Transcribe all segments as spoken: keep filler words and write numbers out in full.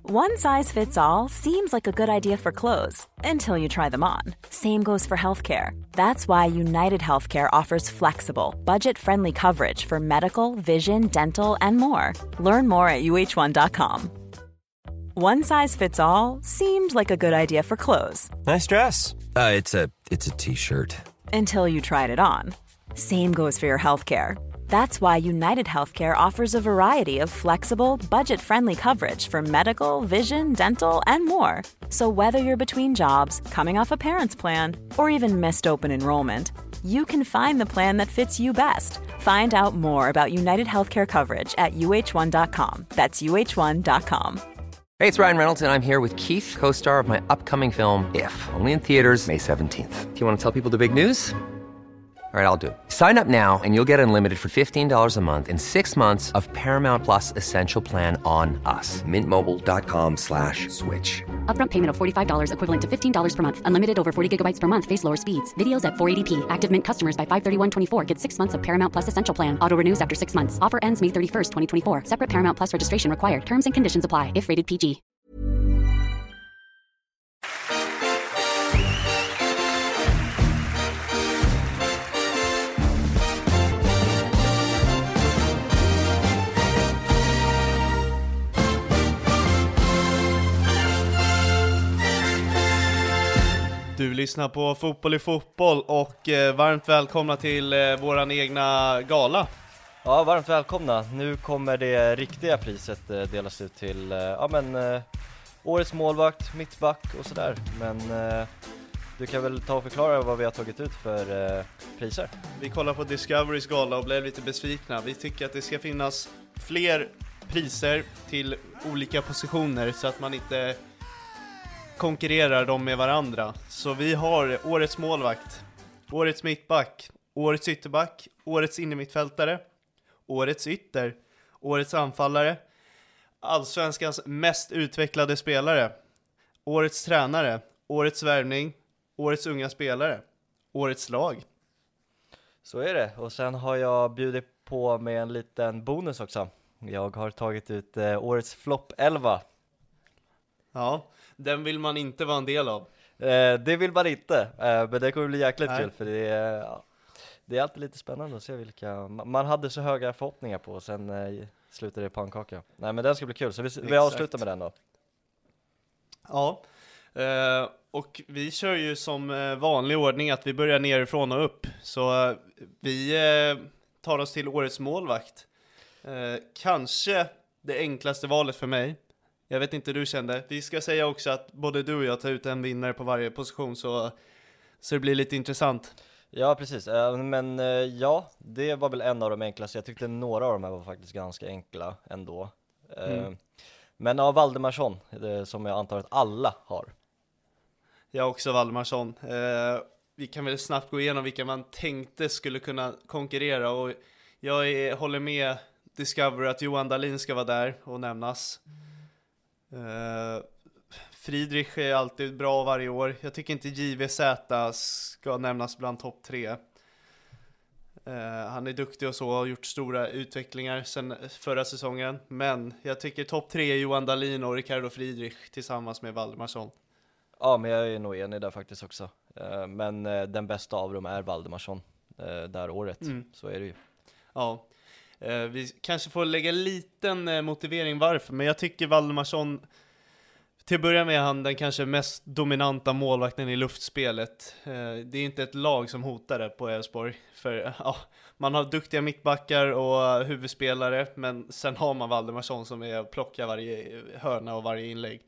One size fits all seems like a good idea for clothes until you try them on. Same goes for healthcare. That's why United Healthcare offers flexible, budget-friendly coverage for medical, vision, dental, and more. Learn more at U H one dot com. One size fits all seemed like a good idea for clothes. Nice dress. Uh, it's a it's a t-shirt. Until you tried it on. Same goes for your healthcare. That's why United Healthcare offers a variety of flexible, budget-friendly coverage for medical, vision, dental, and more. So whether you're between jobs, coming off a parent's plan, or even missed open enrollment, you can find the plan that fits you best. Find out more about United Healthcare coverage at U H one dot com. That's U H one dot com. Hey, it's Ryan Reynolds, and I'm here with Keith, co-star of my upcoming film, If, only in theaters May seventeenth. Do you want to tell people the big news? All right, I'll do it. Sign up now and you'll get unlimited for fifteen dollars a month and six months of Paramount Plus Essential Plan on us. Mint Mobile dot com slash switch. Upfront payment of forty-five dollars equivalent to fifteen dollars per month. Unlimited over forty gigabytes per month. Face lower speeds. Videos at four eighty p. Active Mint customers by five thirty-one twenty-four get six months of Paramount Plus Essential Plan. Auto renews after six months. Offer ends May thirty-first, twenty twenty-four. Separate Paramount Plus registration required. Terms and conditions apply if rated P G. Du lyssnar på Fotboll i fotboll och eh, varmt välkomna till eh, våran egna gala. Ja, varmt välkomna. Nu kommer det riktiga priset eh, delas ut till eh, ja, men, eh, årets målvakt, mittback och sådär. Men eh, du kan väl ta och förklara vad vi har tagit ut för eh, priser. Vi kollar på Discoverys gala och blev lite besvikna. Vi tycker att det ska finnas fler priser till olika positioner så att man inte konkurrerar dem med varandra. Så vi har årets målvakt, årets mittback, årets ytterback, årets innermittfältare, årets ytter, årets anfallare, allsvenskans mest utvecklade spelare, årets tränare, årets värvning, årets unga spelare, årets lag. Så är det. Och sen har jag bjudit på med en liten bonus också. Jag har tagit ut eh, årets flopp elva. Ja, den vill man inte vara en del av. Eh, det vill man inte, eh, men det kommer bli jäkligt Nej. kul för det är, ja, det är alltid lite spännande att se vilka man hade så höga förhoppningar på och sen eh, slutade det pannkaka. Nej, men den ska bli kul, så vi, vi avslutar med den då. Ja, eh, och vi kör ju som eh, vanlig ordning att vi börjar nerifrån och upp. Så eh, vi eh, tar oss till årets målvakt. Eh, kanske det enklaste valet för mig. Jag vet inte hur du kände. Vi ska säga också att både du och jag tar ut en vinnare på varje position så, så det blir lite intressant. Ja, precis. Uh, men uh, ja, det var väl en av de enklaste. Jag tyckte några av dem här var faktiskt ganska enkla ändå. Uh, mm. Men av Valdemarsson, det, som jag antar att alla har. Jag också Valdemarsson. Uh, vi kan väl snabbt gå igenom vilka man tänkte skulle kunna konkurrera. Och jag är, håller med Discovery att Johan Dahlin ska vara där och nämnas. Uh, Friedrich är alltid bra varje år. Jag tycker inte J V Z ska nämnas bland topp tre. uh, Han är duktig och så, har gjort stora utvecklingar sen förra säsongen. Men jag tycker topp tre är Johan Dahlin och Ricardo Friedrich tillsammans med Valdemarsson. Ja, men jag är nog enig där faktiskt också. uh, Men uh, den bästa av dem är Valdemarsson uh, där året, mm. Så är det ju. Ja, uh, vi kanske får lägga en liten uh, motivering varför. Men jag tycker Valdemarsson, till att börja med, han den kanske mest dominanta målvakten i luftspelet. Uh, det är inte ett lag som hotar det på Elfsborg. För uh, ja, man har duktiga mittbackar och uh, huvudspelare. Men sen har man Valdemarsson som är att plocka varje hörna och varje inlägg.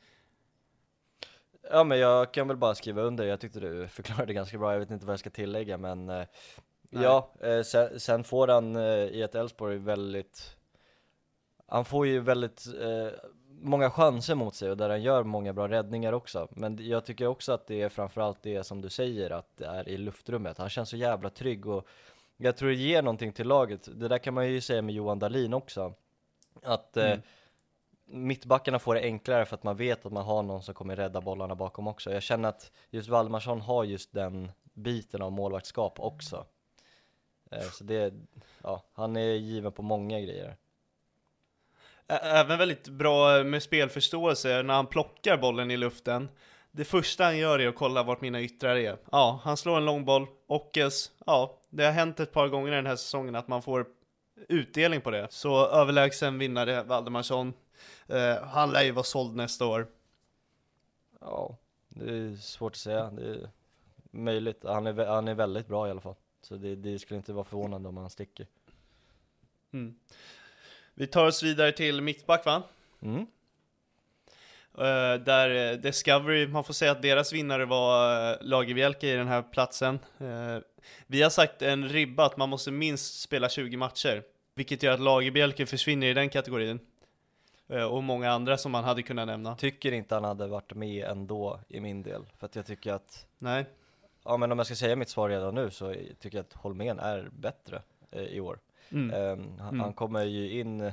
Ja, men jag kan väl bara skriva under. Jag tyckte du förklarade ganska bra. Jag vet inte vad jag ska tillägga, men eh, ja, eh, sen, sen får han eh, i ett Elfsborg väldigt, han får ju väldigt eh, många chanser mot sig och där han gör många bra räddningar också. Men jag tycker också att det är framförallt det som du säger, att det är i luftrummet. Han känns så jävla trygg och jag tror det ger någonting till laget. Det där kan man ju säga med Johan Dahlin också. Att eh, mm. mittbackarna får det enklare för att man vet att man har någon som kommer rädda bollarna bakom också. Jag känner att just Valdemarsson har just den biten av målvaktskap också. Eh, så det, ja, han är given på många grejer. Ä- även väldigt bra med spelförståelse när han plockar bollen i luften. Det första han gör är att kolla vart mina yttrar är. Ja, han slår en långboll. Ockels, ja, det har hänt ett par gånger den här säsongen att man får utdelning på det. Så överlägsen vinnare Valdemarsson. Eh, han lär ju vara såld nästa år. Ja, det är svårt att säga. Det är möjligt. Han är, han är väldigt bra i alla fall. Så det, det skulle inte vara förvånande om han sticker. Mm. Vi tar oss vidare till mittback, va? Mm. Uh, där uh, Discovery, man får säga att deras vinnare var uh, Lagerbielke i den här platsen. Uh, vi har sagt en ribba att man måste minst spela tjugo matcher, vilket gör att Lagerbielke försvinner i den kategorin. Uh, och många andra som man hade kunnat nämna. Tycker inte han hade varit med ändå i min del. För att jag tycker att... Nej. Ja, men om jag ska säga mitt svar redan nu så tycker jag att Holmén är bättre eh, i år. Mm. Um, han, Mm. han kommer ju in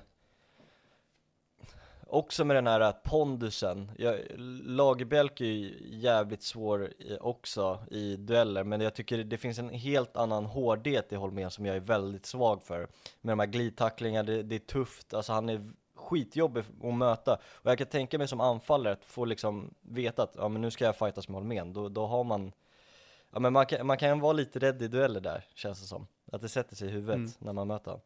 också med den här pondusen. Jag, Lagerbielke är ju jävligt svår i, också i dueller, men jag tycker det finns en helt annan hårdhet i Holmén som jag är väldigt svag för. Med de här glidtacklingarna, det, det är tufft, alltså han är skitjobbig att möta. Och jag kan tänka mig som anfallare att få liksom veta att ja, men nu ska jag fightas med Holmén. Då, då har man, ja, men man kan, man kan vara lite rädd i dueller där, känns det som. Att det sätter sig i huvudet mm. när man möter honom.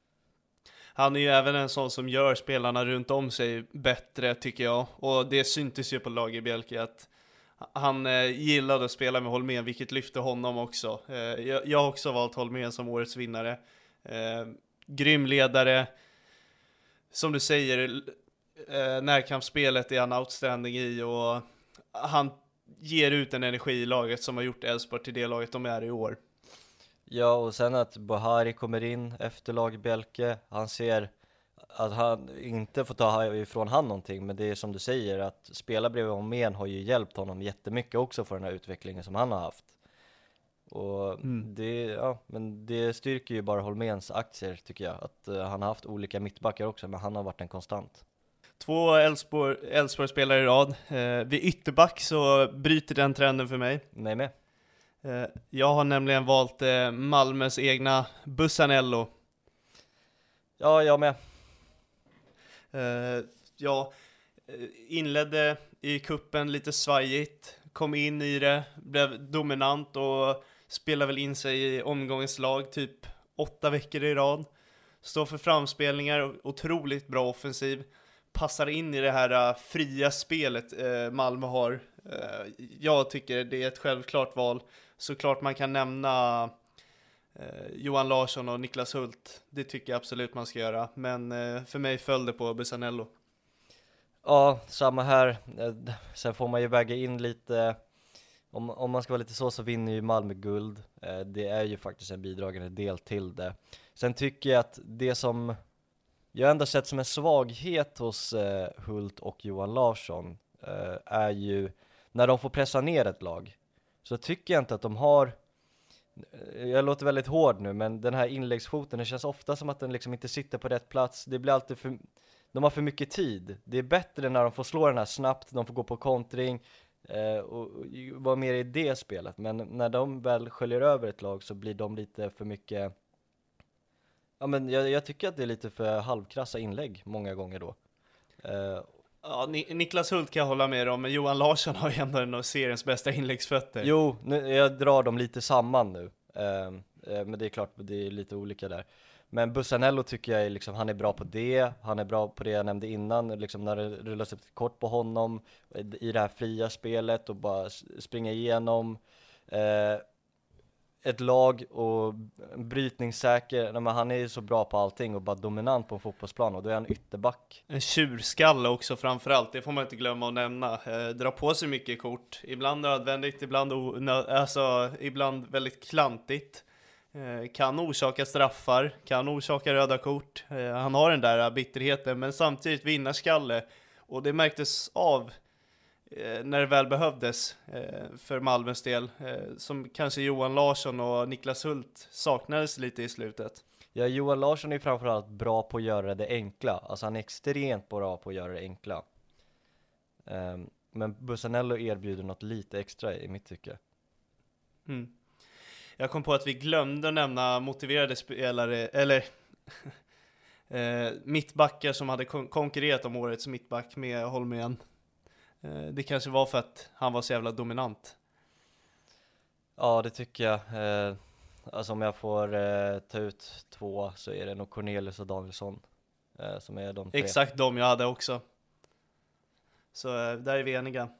Han är ju även en sån som gör spelarna runt om sig bättre, tycker jag. Och det syntes ju på Lagerbielke att han eh, gillade att spela med Holmén, vilket lyfte honom också. Eh, jag, jag har också valt Holmén som årets vinnare. Eh, grym ledare. Som du säger, eh, närkampsspelet är han outstanding i. Och han ger ut en energi i laget som har gjort Elfsborg till det laget de är i år. Ja, och sen att Bahari kommer in efter Lagerbielke. Han ser att han inte får ta ifrån han någonting, men det är som du säger att spela bredvid Holmén har ju hjälpt honom jättemycket också för den här utvecklingen som han har haft. Och mm. det, ja, men det styrker ju bara Holméns aktier, tycker jag. Att uh, han har haft olika mittbackar också, men han har varit en konstant. Två Elfsborg-spelare i rad. Eh, vid ytterback så bryter den trenden för mig. Nej med. Eh, jag har nämligen valt eh, Malmös egna Bussanello. Ja, jag med. Eh, jag inledde i kuppen lite svajigt, kom in i det, blev dominant och spelade väl in sig i omgångens lag typ åtta veckor i rad. Står för framspelningar, otroligt bra offensiv. Passar in i det här uh, fria spelet uh, Malmö har. Uh, jag tycker det är ett självklart val. Såklart man kan nämna uh, Johan Larsson och Niklas Hult. Det tycker jag absolut man ska göra. Men uh, för mig föll det på Bussanello. Ja, samma här. Sen får man ju väga in lite. Om, om man ska vara lite så så vinner ju Malmö guld. Uh, det är ju faktiskt en bidragande del till det. Sen tycker jag att det som jag ändå sett som en svaghet hos eh, Hult och Johan Larsson eh, är ju när de får pressa ner ett lag. Så tycker jag inte att de har, jag låter väldigt hård nu, men den här inläggsfoten, det känns ofta som att den liksom inte sitter på rätt plats. Det blir alltid för, de har för mycket tid. Det är bättre när de får slå den här snabbt, de får gå på kontring eh, och, och vara mer i det spelet. Men när de väl sköljer över ett lag så blir de lite för mycket. Ja, men jag, jag tycker att det är lite för halvkrassa inlägg många gånger då. Uh, ja, Ni- Niklas Hult kan jag hålla med om, men Johan Larsson har ju ändå en av seriens bästa inläggsfötter. Jo, nu, jag drar dem lite samman nu. Uh, uh, men det är klart, det är lite olika där. Men Bussanello tycker jag är liksom, han är bra på det. Han är bra på det jag nämnde innan, liksom när det rullas upp kort på honom i det här fria spelet och bara springa igenom. Uh, ett lag och brytningssäker, men han är ju så bra på allting och bara dominant på en fotbollsplan, och då är han ytterback. En tjurskalle också framförallt, det får man inte glömma att nämna. Eh, dra på sig mycket kort, ibland nödvändigt, ibland, onö- alltså, ibland väldigt klantigt. Eh, kan orsaka straffar, kan orsaka röda kort. Eh, han har den där bitterheten, men samtidigt vinnarskalle, och det märktes av när det väl behövdes eh, för Malmös del, eh, som kanske Johan Larsson och Niklas Hult saknades lite i slutet. Ja, Johan Larsson är framförallt bra på att göra det enkla. Alltså han är extremt bra på att göra det enkla. Um, men Bussanello erbjuder något lite extra i mitt tycke. Mm. Jag kom på att vi glömde att nämna motiverade spelare, eller eh, mittbackar som hade kon- konkurrerat om årets mittback med Holmén. Eh, det kanske var för att han var så jävla dominant. Ja, det tycker jag. Eh, alltså om jag får eh, ta ut två så är det nog Cornelius och Danielsson eh, som är de tre. Exakt de jag hade också. Så eh, där är vi eniga.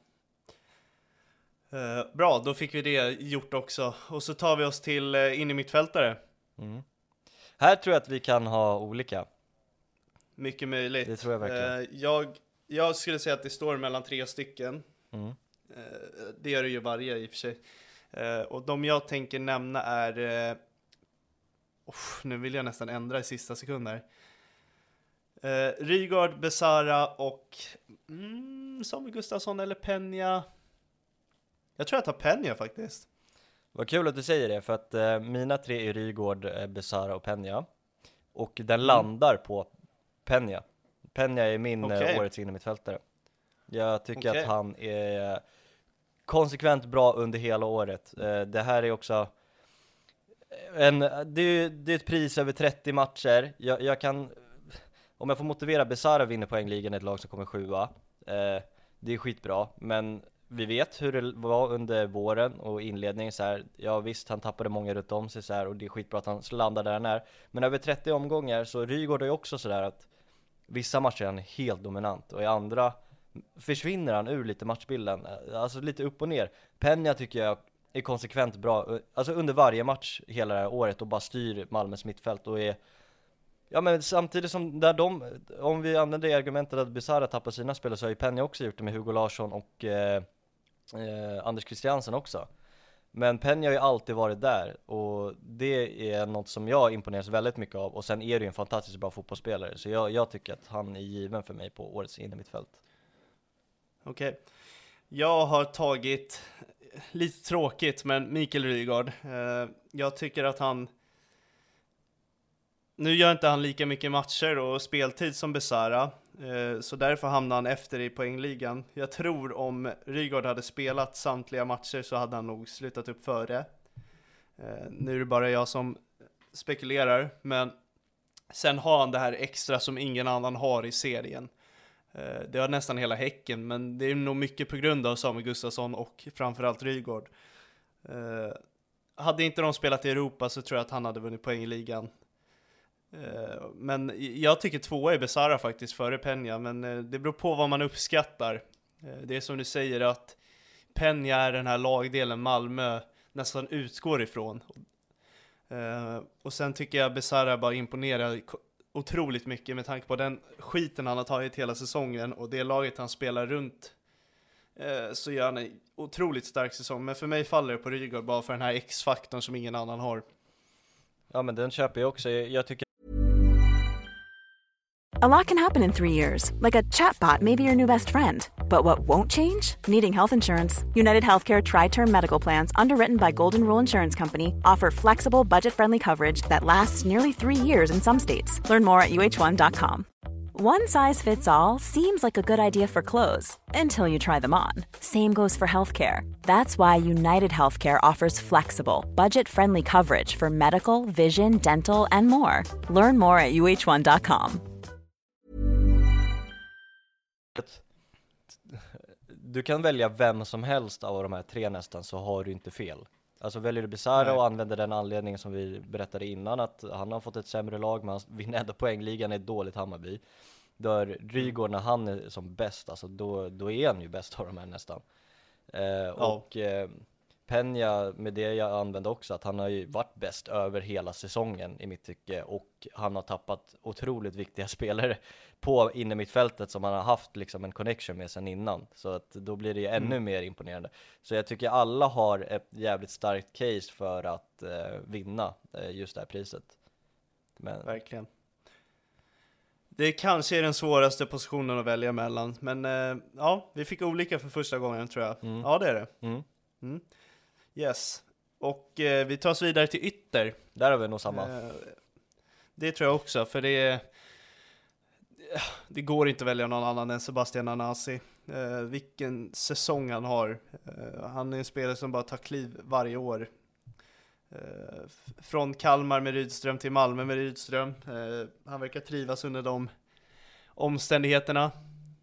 Eh, bra, då fick vi det gjort också. Och så tar vi oss till eh, in i mittfältare. Mm. Här tror jag att vi kan ha olika. Mycket möjligt. Det tror jag verkligen. Eh, jag, jag skulle säga att det står mellan tre stycken. Mm. Eh, det gör det ju varje i och för sig. Eh, och de jag tänker nämna är... Eh, oh, nu vill jag nästan ändra i sista sekunder. Eh, Rygaard, Besara och mm, Samuel Gustafsson eller Peña. Jag tror jag tar Peña faktiskt. Vad kul att du säger det, för att eh, mina tre är Rygaard, eh, Besara och Peña. Och den mm. landar på Peña. Peña är min okay. eh, årets innermittfältare. Jag tycker okay. att han är konsekvent bra under hela året. Eh, det här är också en, det, är, det är ett pris över trettio matcher. Jag, jag kan, om jag får motivera, Besara vinner poängligan i ett lag som kommer sjua. Eh, det är skitbra, men vi vet hur det var under våren och inledningen så här. Ja visst, han tappade många runt om sig så här, och det är skitbra att han landar där han är. Men över trettio omgångar så Rygaard är ju också så där att vissa matcher är han helt dominant och i andra försvinner han ur lite matchbilden. Alltså lite upp och ner. Peña tycker jag är konsekvent bra, alltså under varje match hela det här året och bara styr Malmös mittfält och är, ja men samtidigt som där de, om vi använder det argumentet att Besara tappar sina spelare, så har ju Peña också gjort det med Hugo Larsson och eh, eh, Anders Christiansen också. Men Peña har ju alltid varit där och det är något som jag imponeras väldigt mycket av, och sen är det ju en fantastiskt bra fotbollsspelare, så jag, jag tycker att han är given för mig på årets innermittfält. Okej, okay. Jag har tagit, lite tråkigt, men Mikael Rygaard. Eh, jag tycker att han, nu gör inte han lika mycket matcher och speltid som Besara, eh, så därför hamnar han efter i poängligan. Jag tror om Rygaard hade spelat samtliga matcher så hade han nog slutat upp före. Eh, nu är det bara jag som spekulerar, men sen har han det här extra som ingen annan har i serien. Det har nästan hela Häcken, men det är nog mycket på grund av Samuel Gustafsson och framförallt Rygaard. Eh, hade inte de spelat i Europa så tror jag att han hade vunnit poäng i ligan. Eh, men jag tycker två är Besara faktiskt före Peña, men eh, det beror på vad man uppskattar. Eh, det är som du säger att Peña är den här lagdelen Malmö nästan utgår ifrån. Eh, och sen tycker jag Besara bara imponerar otroligt mycket med tanke på den skiten han har tagit hela säsongen och det laget han spelar runt, eh, så gör han en otroligt stark säsong. Men för mig faller det på Rygaard bara för den här X-faktorn som ingen annan har. Ja, men den köper jag också. Jag tycker A lot can happen in three years, like a chatbot may be your new best friend. But what won't change? Needing health insurance. United Healthcare Tri-Term Medical Plans, underwritten by Golden Rule Insurance Company, offer flexible, budget-friendly coverage that lasts nearly three years in some states. Learn more at U H one dot com. One size fits all seems like a good idea for clothes until you try them on. Same goes for healthcare. That's why United Healthcare offers flexible, budget-friendly coverage for medical, vision, dental, and more. Learn more at U H one dot com. Du kan välja vem som helst av de här tre nästan, så har du inte fel. Alltså väljer du Besara och använder den anledningen som vi berättade innan, att han har fått ett sämre lag men han vinner ändå poängligan i ett dåligt Hammarby. Då Rygaard, när han är som bäst, alltså då, då är han ju bäst av de här nästan. Eh, ja. Och eh, Peña, med det jag använde också, att han har ju varit bäst över hela säsongen i mitt tycke, och han har tappat otroligt viktiga spelare på inne mittfältet som han har haft liksom en connection med sen innan, så att då blir det ju ännu mm. mer imponerande. Så jag tycker alla har ett jävligt starkt case för att eh, vinna eh, just det här priset. Men... Verkligen. Det kanske är den svåraste positionen att välja mellan, men eh, ja, vi fick olika för första gången tror jag. Mm. Ja, det är det. Mm. Mm. Yes. Och eh, vi tar oss vidare till ytter. Där har vi nog samma. Eh, det tror jag också, för det det går inte att välja någon annan än Sebastian Nanasi. Eh, vilken säsong han har. Eh, han är en spelare som bara tar kliv varje år. Eh, från Kalmar med Rydström till Malmö med Rydström. Eh, han verkar trivas under de omständigheterna.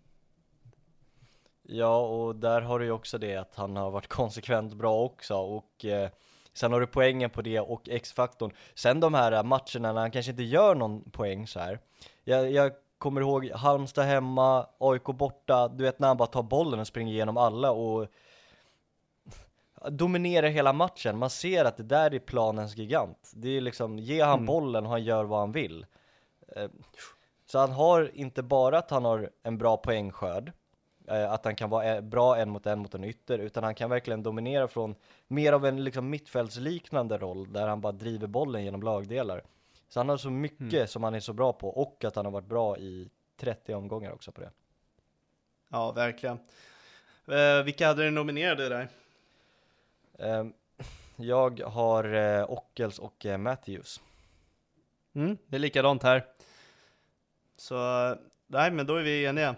Ja, och där har du ju också det att han har varit konsekvent bra också, och eh, sen har du poängen på det och X-faktorn. Sen de här matcherna när han kanske inte gör någon poäng så här. Jag, jag kommer ihåg Halmstad hemma, A I K borta, du vet när han bara tar bollen och springer igenom alla och dominerar hela matchen. Man ser att det där är planens gigant. Det är liksom, ge han mm. bollen och han gör vad han vill. Så han har inte bara att han har en bra poängskörd, att han kan vara bra en mot en mot en ytter, utan han kan verkligen dominera från mer av en liksom mittfältsliknande roll där han bara driver bollen genom lagdelar. Så han har så mycket mm. som han är så bra på, och att han har varit bra i trettio omgångar också på det. Ja, verkligen. Eh, vilka hade du nominerade där? Eh, jag har eh, Ockels och eh, Matthews. Mm, det är likadant här. Så, nej, men då är vi eniga.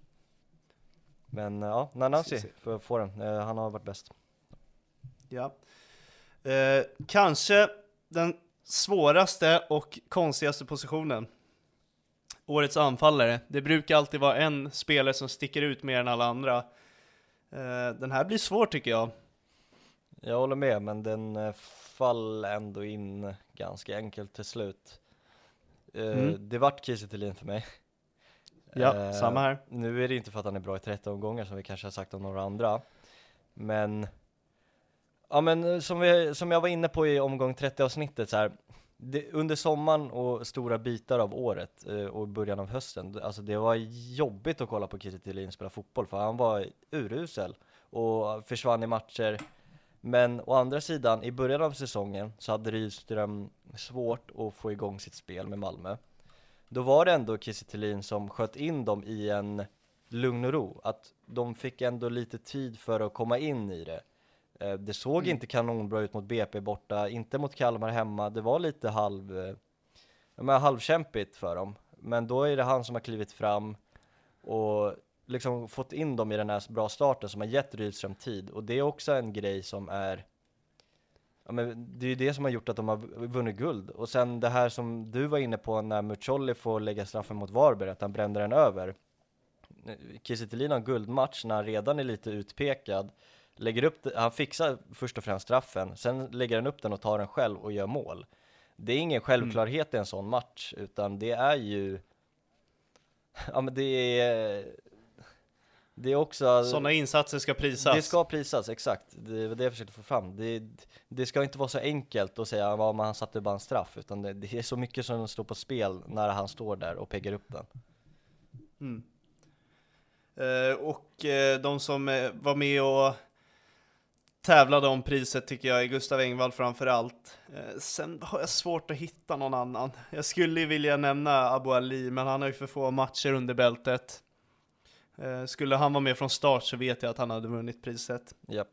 Men ja, Nanasi får få den. Eh, han har varit bäst. Ja. Eh, kanske den svåraste och konstigaste positionen. Årets anfallare. Det brukar alltid vara en spelare som sticker ut mer än alla andra. Eh, den här blir svår tycker jag. Jag håller med, men den eh, faller ändå in ganska enkelt till slut. Eh, mm. Det vart Kiese Thelin för mig. Ja, eh, samma här. Nu är det inte för att han är bra i trettio omgångar som vi kanske har sagt om några andra. Men ja, men som, vi, som jag var inne på i omgång trettio avsnittet så här, det, under sommaren och stora bitar av året eh, och början av hösten, alltså det var jobbigt att kolla på Kiese Thelin spela fotboll, för han var urusel och försvann i matcher. Men å andra sidan, i början av säsongen så hade Rydström svårt att få igång sitt spel med Malmö. Då var det ändå Kiese Thelin som sköt in dem i en lugn och ro. Att de fick ändå lite tid för att komma in i det. Det såg mm. inte kanonbra ut mot B P borta, inte mot Kalmar hemma. Det var lite halv, men halvkämpigt för dem. Men då är det han som har klivit fram och liksom fått in dem i den här bra starten som har gett Rydström tid. Och det är också en grej som är, ja, men det är ju det som har gjort att de har vunnit guld. Och sen det här som du var inne på när Mucolli får lägga straffen mot Varberg, att han brände den över. Kiese Thelin har en guldmatch när han redan är lite utpekad. Lägger upp det, han fixar först och främst straffen, sen lägger han upp den och tar den själv och gör mål. Det är ingen självklarhet mm. i en sån match, utan det är ju, ja men det är det är också, sådana insatser ska prisas. Det ska prisas, exakt. Det var det jag försökte få fram. Det, det ska inte vara så enkelt att säga att han satte bara en straff, utan det, det är så mycket som står på spel när han står där och peggar upp den. Mm. Eh, och eh, de som eh, var med och tävlade om priset tycker jag är Gustav Engvall framför allt. Eh, sen har jag svårt att hitta någon annan. Jag skulle vilja nämna Abu Ali, men han har ju för få matcher under bältet. Eh, skulle han vara med från start så vet jag att han hade vunnit priset. Japp.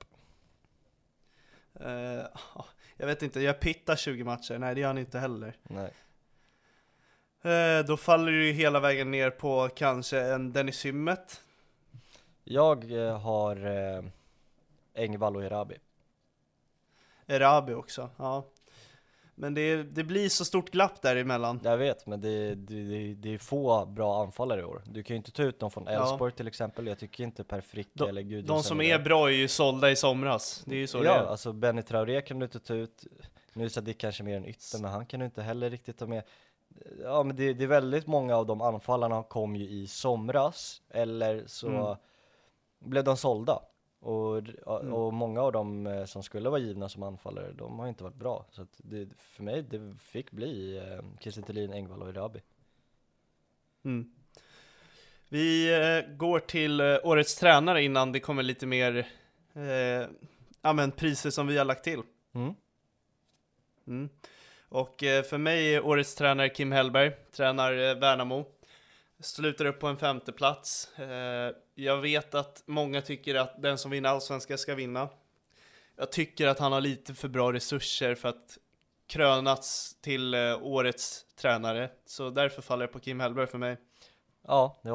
Eh, jag vet inte, jag pittar tjugo matcher. Nej, det gör han inte heller. Nej. Eh, då faller det ju hela vägen ner på kanske en Dennis Hymmet. Jag eh, har eh, Engvall och Erabi. Erabi också, ja. Men det, det blir så stort glapp däremellan. Jag vet, men det, det, det är få bra anfallare i år. Du kan ju inte ta ut dem från Elfsborg ja. till exempel. Jag tycker inte Per Frick de, eller Gudjonsson. De som är, är bra är ju sålda i somras. Det är ju så ja, det är. Ja, alltså Benny Traoré kan du inte ta ut. Nu så det kanske mer en ytter, men han kan du inte heller riktigt ta med. Ja, men det, det är väldigt många av de anfallarna kom ju i somras. Eller så mm. blev de sålda. Och, mm. och många av dem som skulle vara givna som anfallare, de har inte varit bra. Så att det, för mig det fick bli eh, Kiese Thelin, Engvall och Erabi. Mm. Vi eh, går till eh, årets tränare innan det kommer lite mer eh, ja, men priser som vi har lagt till. Mm. Mm. Och eh, för mig är årets tränare Kim Hellberg, tränar eh, Värnamo. Slutar upp på en femte plats. Eh, jag vet att många tycker att den som vinner allsvenska ska vinna. Jag tycker att han har lite för bra resurser för att krönats till eh, årets tränare. Så därför faller det på Kim Hellberg för mig. Ja, jag håller med.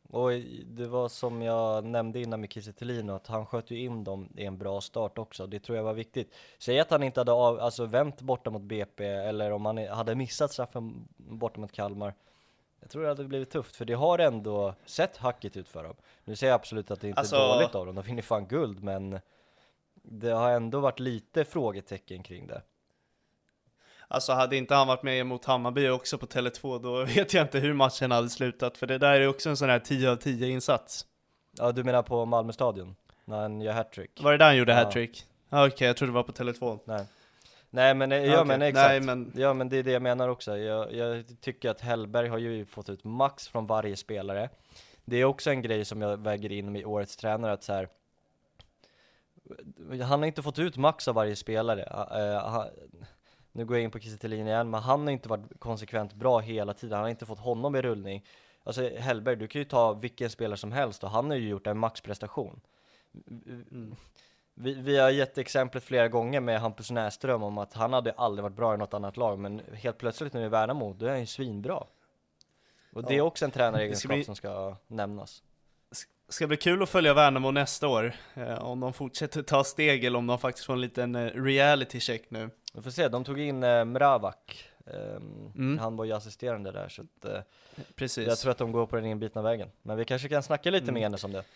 Och det var som jag nämnde innan med Kiese Thelin, att han sköt ju in dem i en bra start också. Det tror jag var viktigt. Säg att han inte hade av, alltså vänt borta mot B P, eller om han hade missat straffen borta mot Kalmar. Jag tror det hade blivit tufft, för det har ändå sett hackigt ut för dem. Nu säger jag absolut att det inte är Alltså... dåligt av dem, de finner fan guld, men det har ändå varit lite frågetecken kring det. Alltså hade inte han varit med mot Hammarby också på Tele två, då vet jag inte hur matchen hade slutat. För det där är också en sån här tio av tio insats. Ja, du menar på Malmö stadion, när han gör hattrick? Var det där han gjorde ja. hattrick? Ah, Okej, okay, jag trodde det var på Tele två. Nej. Nej men, ja, okay. men exakt. Nej, men... Ja men det är det jag menar också. Jag, jag tycker att Hellberg har ju fått ut max från varje spelare. Det är också en grej som jag väger in med årets tränare, att så här, han har inte fått ut max av varje spelare. Uh, han, nu går jag in på Kiese Thelin igen, men han har inte varit konsekvent bra hela tiden. Han har inte fått honom i rullning. Alltså Hellberg, du kan ju ta vilken spelare som helst, och han har ju gjort en maxprestation. Mm. Vi, vi har gett exemplet flera gånger med Hampus Näström om att han hade aldrig varit bra i något annat lag, men helt plötsligt nu i Värnamo, då är han ju svinbra. Och det är också en tränaregenskap bli... som ska nämnas. Ska bli kul att följa Värnamo nästa år, eh, om de fortsätter ta steg eller om de faktiskt får en liten eh, reality check nu. Vi får se, de tog in eh, Mravak, eh, mm. han var ju assisterande där, så att, eh, Precis. jag tror att de går på den inbitna vägen. Men vi kanske kan snacka lite mm. med Enes om det.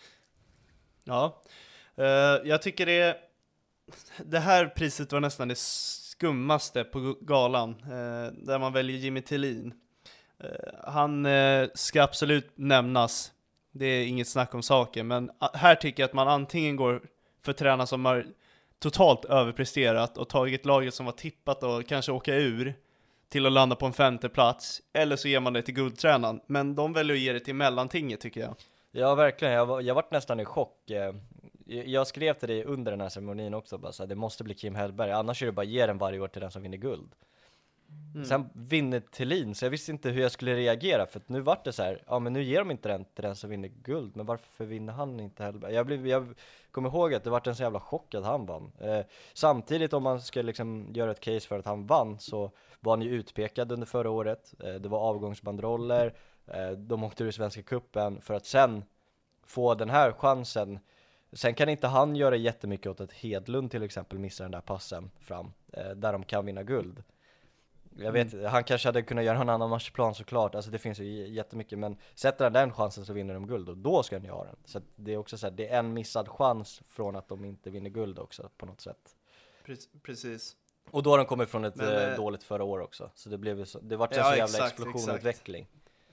Ja, uh, jag tycker det det här priset var nästan det skummaste på galan, uh, där man väljer Jimmy Thelin. Uh, han uh, ska absolut nämnas, det är inget snack om saken, men här tycker jag att man antingen går för tränare som har totalt överpresterat och tagit laget som var tippat och kanske åka ur till att landa på en femte plats, eller så ger man det till guldtränaren, men de väljer att ge det till mellantinget tycker jag. Ja, verkligen. Jag var, jag varit nästan i chock. Jag skrev till dig under den här ceremonin också, bara så här, det måste bli Kim Hellberg, annars är det bara ge den varje år till den som vinner guld. Mm. Sen vinner Thelin, så jag visste inte hur jag skulle reagera, för att nu vart det så här, ja men nu ger de inte den till den som vinner guld, men varför vinner han inte Hellberg? Jag, blev, jag kommer ihåg att det vart en så jävla chock att han vann. Eh, samtidigt, om man ska liksom göra ett case för att han vann, så var han ju utpekad under förra året. Eh, det var avgångsbanderoller, eh, de åkte ur Svenska cupen för att sen få den här chansen. Sen kan inte han göra jättemycket åt att Hedlund till exempel missar den där passen fram, eh, där de kan vinna guld. Jag vet, mm. han kanske hade kunnat göra en annan matchplan såklart, alltså det finns ju jättemycket, men sätter han den chansen så vinner de guld, och då ska ni ha den. Så att det är också så här, det är en missad chans från att de inte vinner guld också på något sätt. Precis. Och då har de kommit från ett men, äh, dåligt förra år också, så det blev så, det var en ja, så jävla exakt, explosionutveckling.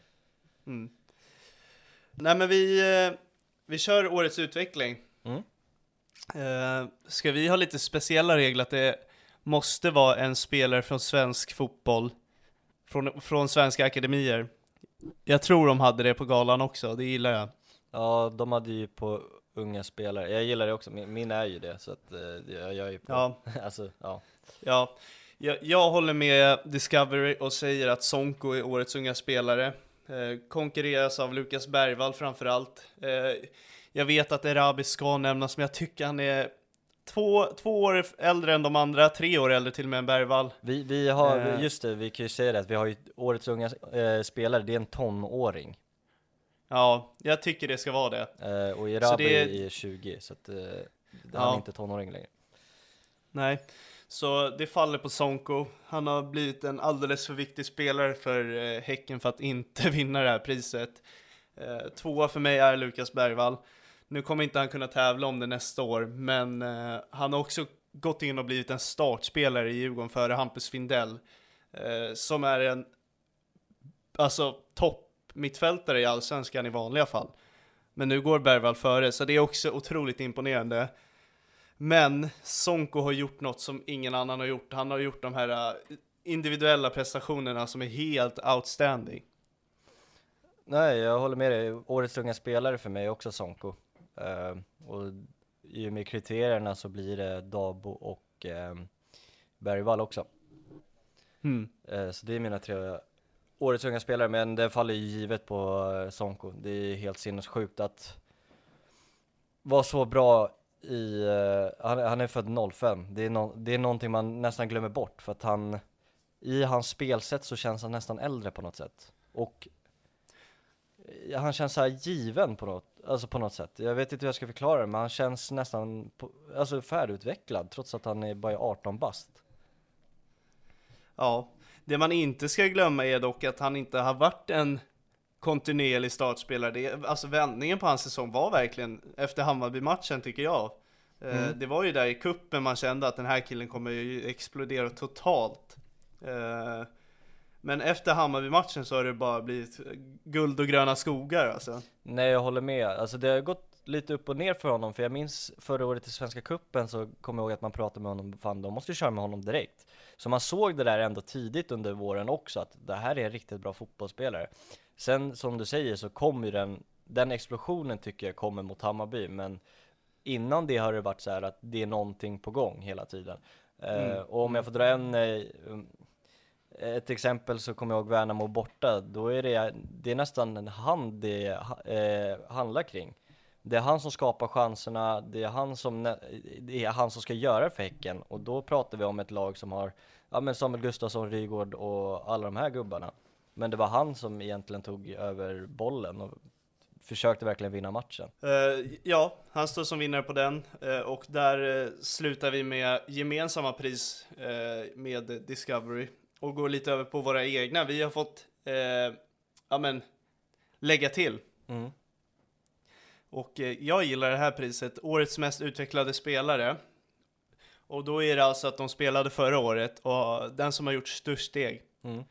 Mm. Nej men vi vi kör årets utveckling. Mm. Uh, ska vi ha lite speciella regler att det måste vara en spelare från svensk fotboll, från, från svenska akademier? Jag tror de hade det på galan också, det gillar jag. Ja, de hade ju på unga spelare. Jag gillar det också, min, min är ju det, så att jag, jag är ju på. Ja. alltså, ja. Ja, jag, jag håller med Discovery och säger att Sonko är årets unga spelare. Eh, konkurreras av Lukas Bergvall framförallt. Eh, jag vet att Erabi ska nämnas, men jag tycker han är Två, två år äldre än de andra, tre år äldre till och med än Bergvall. Vi, vi har, eh. just det, vi kan ju säga det, att vi har ju årets unga eh, spelare, det är en tonåring. Ja, jag tycker det ska vara det. Eh, och Erabi det... är tjugo, så att, eh, ja. han är inte tonåring längre. Nej, så det faller på Sonko. Han har blivit en alldeles för viktig spelare för eh, Häcken för att inte vinna det här priset. Eh, tvåa för mig är Lukas Bergvall. Nu kommer inte han kunna tävla om det nästa år, men eh, han har också gått in och blivit en startspelare i Djurgården före Hampus Findell, eh, som är en alltså topp mittfältare i allsvenskan i vanliga fall. Men nu går Bergvall före, så det är också otroligt imponerande. Men Sonko har gjort något som ingen annan har gjort. Han har gjort de här individuella prestationerna som är helt outstanding. Nej, jag håller med dig. Årets unga spelare för mig är också Sonko. Uh, och i och med kriterierna så blir det Dabo och uh, Bergvall också. Mm. Uh, så det är mina tre årets unga spelare, men det faller ju givet på uh, Sonko. Det är helt sinnessjukt att vara så bra i... Uh, han, han är född noll fem. Det är, no, det är någonting man nästan glömmer bort, för att han i hans spelsätt så känns han nästan äldre på något sätt. Och han känns så här given på något, alltså på något sätt. Jag vet inte hur jag ska förklara det, men han känns nästan på, alltså färdigutvecklad trots att han är bara arton bast. Ja, det man inte ska glömma är dock att han inte har varit en kontinuerlig startspelare. Det, alltså vändningen på hans säsong var verkligen efter Hammarby-matchen, tycker jag. Mm. Eh, det var ju där i kuppen man kände att den här killen kommer ju explodera totalt. Eh, men efter Hammarby-matchen så har det bara blivit guld och gröna skogar alltså. Nej, jag håller med. Alltså det har gått lite upp och ner för honom, för jag minns förra året i Svenska Cupen så kommer jag ihåg att man pratade med honom, fan de måste ju köra med honom direkt. Så man såg det där ändå tidigt under våren också, att det här är en riktigt bra fotbollsspelare. Sen som du säger så kommer ju den, den explosionen tycker jag kommer mot Hammarby, men innan det har det varit så här att det är någonting på gång hela tiden. Mm. Uh, och om jag får dra en uh, ett exempel så kommer jag ihåg Värnamo borta, då är det, det är nästan en hand det uh, handlar kring. Det är han som skapar chanserna, det är han som, det är han som ska göra för Häcken. Och då pratar vi om ett lag som har ja, men Samuel Gustafsson, Rygård och alla de här gubbarna. Men det var han som egentligen tog över bollen och försökte verkligen vinna matchen. Uh, ja, han står som vinnare på den. Uh, och där uh, slutar vi med gemensamma pris uh, med Discovery. Och går lite över på våra egna. Vi har fått uh, ja, men, lägga till. Mm. Och jag gillar det här priset, årets mest utvecklade spelare. Och då är det alltså att de spelade förra året och den som har gjort störst steg. Mm.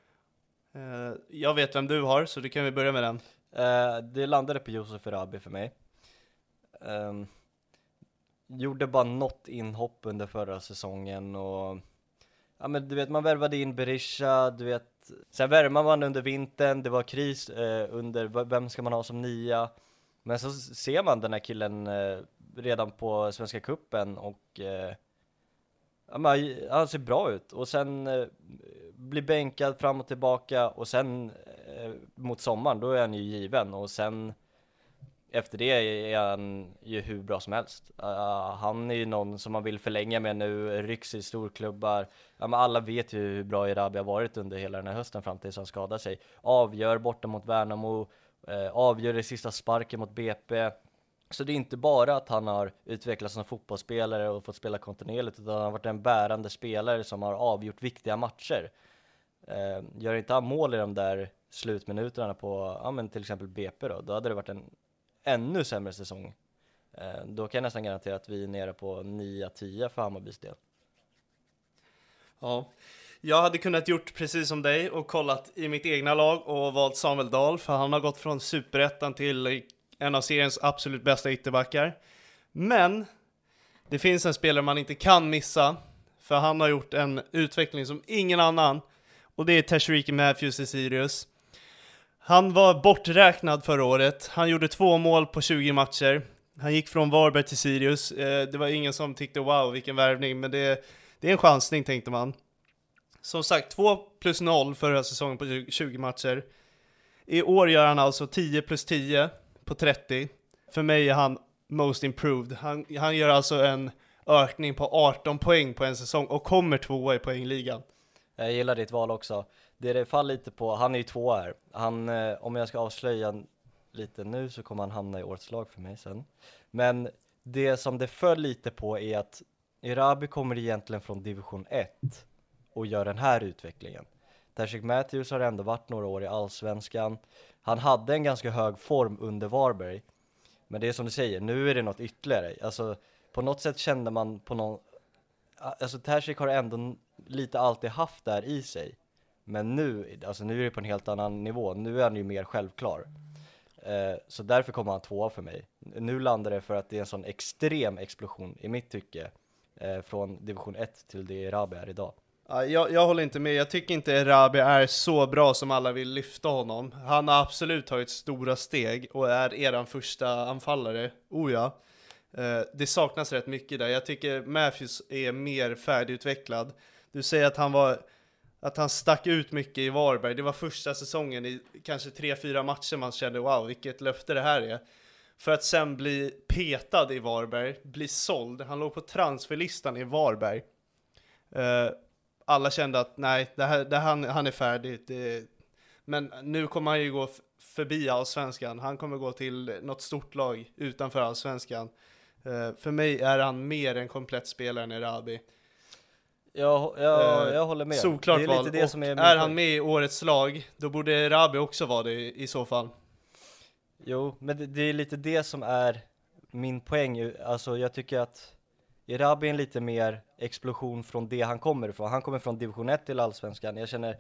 Jag vet vem du har, så du kan vi börja med den. Uh, det landade på Josef Erabi för mig. Um, gjorde bara något inhopp under förra säsongen och ja, men du vet, man värvade in Berisha, du vet. Sen värmade man under vintern, det var kris uh, under vem ska man ha som nia. Men så ser man den här killen eh, redan på Svenska Cupen och eh, ja, men, han ser bra ut. Och sen eh, blir bänkad fram och tillbaka och sen eh, mot sommaren, då är han ju given. Och sen efter det är han ju hur bra som helst. Uh, han är ju någon som man vill förlänga med nu, rycks i storklubbar. Ja, men alla vet ju hur bra Erabi har varit under hela den här hösten fram tills han skadar sig. Avgör borta mot Värnamo. Eh, avgör det sista sparken mot B P. Så det är inte bara att han har utvecklats som fotbollsspelare och fått spela kontinuerligt, utan han har varit en bärande spelare som har avgjort viktiga matcher. Eh, gör inte han mål i de där slutminuterna på ja, men till exempel B P då, då hade det varit en ännu sämre säsong. Eh, då kan jag nästan garantera att vi är nere på nio tio för Hammarbys del. Ja. Jag hade kunnat gjort precis som dig och kollat i mitt egna lag och valt Samuel Dahl, för han har gått från superettan till en av seriens absolut bästa ytterbackar. Men det finns en spelare man inte kan missa, för han har gjort en utveckling som ingen annan, och det är Teshriki Matthews i Sirius. Han var borträknad förra året. Han gjorde två mål på tjugo matcher. Han gick från Varberg till Sirius. Det var ingen som tyckte wow vilken värvning, men det, det är en chansning tänkte man. Som sagt, två plus noll förra säsongen på tjugo matcher. I år gör han alltså tio plus tio på trettio. För mig är han most improved. Han, han gör alltså en ökning på arton poäng på en säsong och kommer tvåa i poängligan. Jag gillar ditt val också. Det det faller lite på, han är ju två här. Han, eh, om jag ska avslöja lite nu så kommer han hamna i årets lag för mig sen. Men det som det föll lite på är att Erabi kommer egentligen från division ett och gör den här utvecklingen. Teshriki Matthews har ändå varit några år i Allsvenskan. Han hade en ganska hög form under Varberg. Men det är som du säger, nu är det något ytterligare. Alltså, på något sätt kände man på någon... Alltså Teshriki har ändå lite alltid haft där i sig. Men nu, alltså nu är det på en helt annan nivå. Nu är han ju mer självklar. Eh, så därför kommer han tvåa för mig. Nu landar det för att det är en sån extrem explosion i mitt tycke. Eh, från division ett till det Erabi är idag. Ja, jag, jag håller inte med. Jag tycker inte Erabi är så bra som alla vill lyfta honom. Han har absolut tagit stora steg och är eran första anfallare. Oh ja. Eh, det saknas rätt mycket där. Jag tycker Matthews är mer färdigutvecklad. Du säger att han var... Att han stack ut mycket i Varberg. Det var första säsongen i kanske tre, fyra matcher man kände wow, vilket löfte det här är. För att sen bli petad i Varberg, bli såld. Han låg på transferlistan i Varberg. Uh, alla kände att nej, det här, det, han, han är färdig. Det, men nu kommer han ju gå förbi allsvenskan. Han kommer gå till något stort lag utanför allsvenskan. Uh, för mig är han mer en komplett spelare än Erabi. Ja, jag, uh, jag håller med. Solklart det är val. lite det och som är, är han med i årets lag, då borde Erabi också vara det i, i så fall. Jo, men det, det är lite det som är min poäng. Alltså jag tycker att Erabi är en lite mer explosion från det han kommer ifrån. Han kommer från division ett till allsvenskan. Jag känner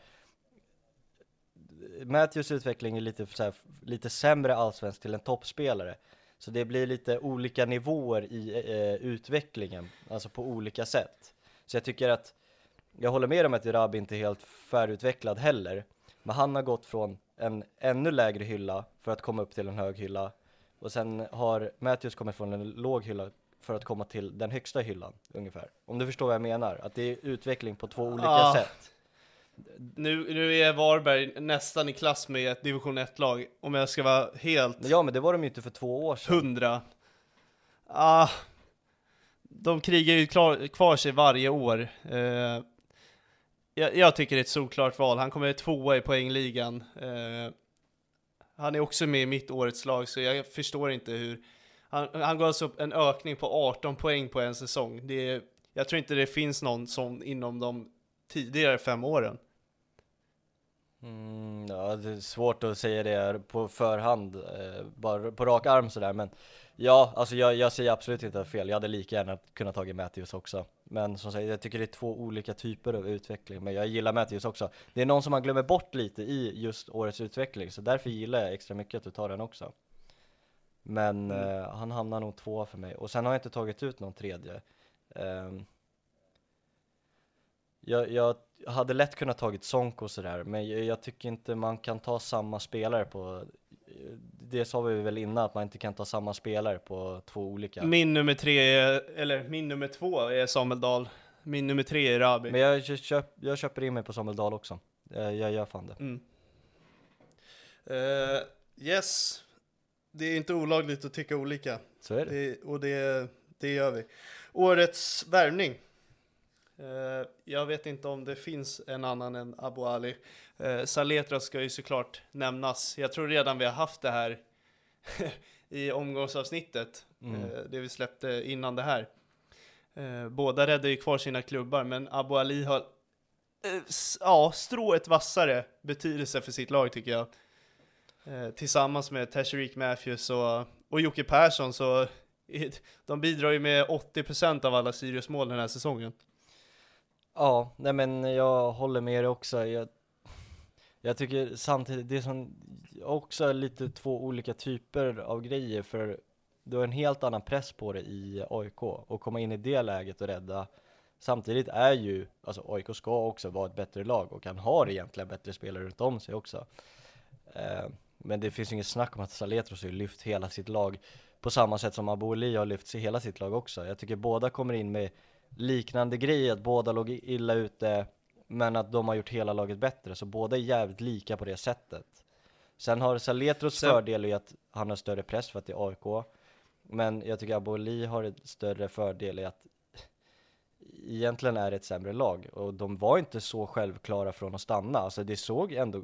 Matthews utveckling är lite, så här, lite sämre allsvensk till en toppspelare. Så det blir lite olika nivåer i eh, utvecklingen, alltså på olika sätt. Så jag tycker att, jag håller med om att Erabi inte är helt färdigutvecklad heller. Men han har gått från en ännu lägre hylla för att komma upp till en hög hylla. Och sen har Matthews kommit från en låg hylla för att komma till den högsta hyllan ungefär. Om du förstår vad jag menar, att det är utveckling på två olika ah. sätt. Nu, nu är Varberg nästan i klass med ett division ett-lag. Om jag ska vara helt... Ja, men det var de ju inte för två år sedan. Hundra. Ah, de krigar ju klar, kvar sig varje år. Eh, jag, jag tycker det är ett solklart val. Han kommer tvåa i poängligan. Eh, han är också med i mitt årets lag, så jag förstår inte hur... Han, han går alltså upp en ökning på arton poäng på en säsong. Det är, jag tror inte det finns någon som inom de tidigare fem åren. Mm, ja, det är svårt att säga det på förhand, eh, bara på rak arm sådär, men ja, alltså jag, jag säger absolut inte fel. Jag hade lika gärna kunnat ta Matthews också. Men som sagt, jag tycker det är två olika typer av utveckling, men jag gillar Matthews också. Det är någon som man glömmer bort lite i just årets utveckling, så därför gillar jag extra mycket att du tar den också. Men mm. eh, han hamnar nog två för mig. Och sen har jag inte tagit ut någon tredje. Um, jag, jag hade lätt kunnat tagit Sonko och sådär, men jag, jag tycker inte man kan ta samma spelare på... Det sa vi väl innan, att man inte kan ta samma spelare på två olika. Min nummer tre, är, eller min nummer två är Samuel Dahl. Min nummer tre är Erabi. Men jag, köp, jag köper in mig på Samuel Dahl också. Jag, jag gör fan det. Mm. Uh, yes. Det är inte olagligt att tycka olika. Så är det. det och det, det gör vi. Årets värvning. Uh, jag vet inte om det finns en annan än Abu Ali. Uh, Saletra ska ju såklart nämnas. Jag tror redan vi har haft det här i omgångsavsnittet. Mm. Uh, det vi släppte innan det här. Uh, båda räddade ju kvar sina klubbar, men Abu Ali har uh, ja, strået vassare betydelse för sitt lag, tycker jag. Uh, tillsammans med Tashreeq Matthews och, och Jocke Persson, så de bidrar ju med åttio procent av alla Sirius mål den här säsongen. Ja, nej men jag håller med dig också. Jag, jag tycker samtidigt, det är som också lite två olika typer av grejer, för du har en helt annan press på det i A I K, och komma in i det läget och rädda. Samtidigt är ju, alltså A I K ska också vara ett bättre lag, och han har egentligen bättre spelare runt om sig också. Eh, men det finns ju inget snack om att Saletros har lyft hela sitt lag på samma sätt som Abu Ali har lyft sig hela sitt lag också. Jag tycker båda kommer in med liknande grejer, att båda låg illa ute, men att de har gjort hela laget bättre, så båda är jävligt lika på det sättet. Sen har Saletros Sen... fördel i att han har större press för att det är A I K, men jag tycker Abu Ali har ett större fördel i att egentligen är det ett sämre lag, och de var inte så självklara från att stanna. Alltså det såg ändå